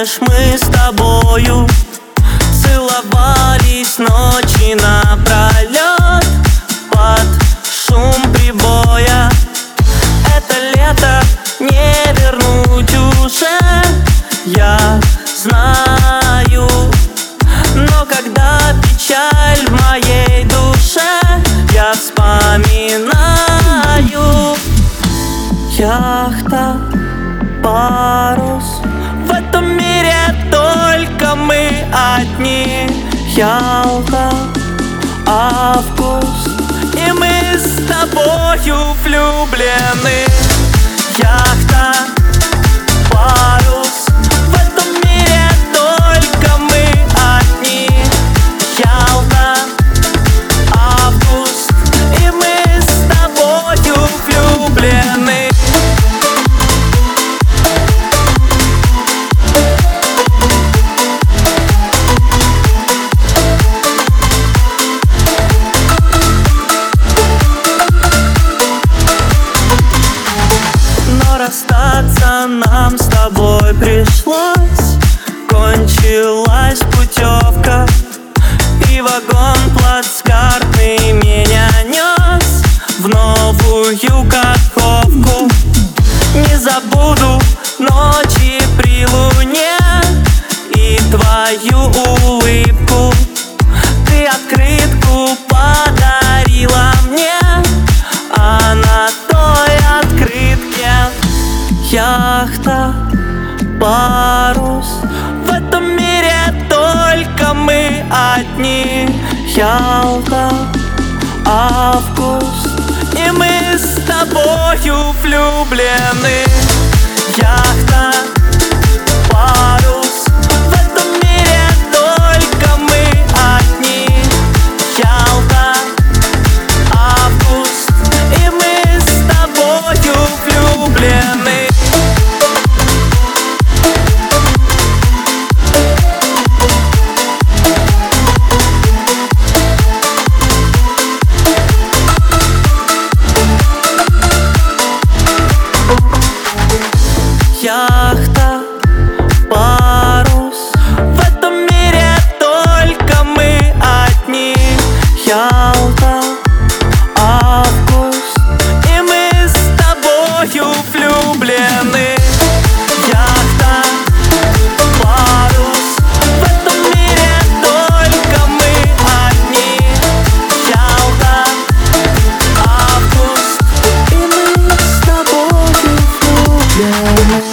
Помнишь, мы с тобою целовались ночи напролет под шум прибоя. Это лето не вернуть уже, я знаю. Но когда печаль в моей душе, я вспоминаю. Яхта, парус, в этом мире только мы одни. Ялта, август, и мы с тобою влюблены. Яхта, парус, в этом мире только мы одни. Ялта, август, и мы с тобою влюблены. Расстаться нам с тобой пришлось. Кончилась путевка, и вагон плацкартный меня нес в новую Каховку. Не забуду ночи при луне и твою улыбку. Ты открытку подарила мне, а на той открытке яхта, парус, в этом мире только мы одни. Ялта, август, и мы с тобою влюблены. Яхта, парус, в этом мире только мы одни. Ялта, август, и мы с тобою влюблены. Яхта, парус, в этом мире только мы одни. Ялта, август, и мы с тобою влюблены. Яхта, парус, в этом мире только мы одни. Ялта, август, и мы с тобою влюблены.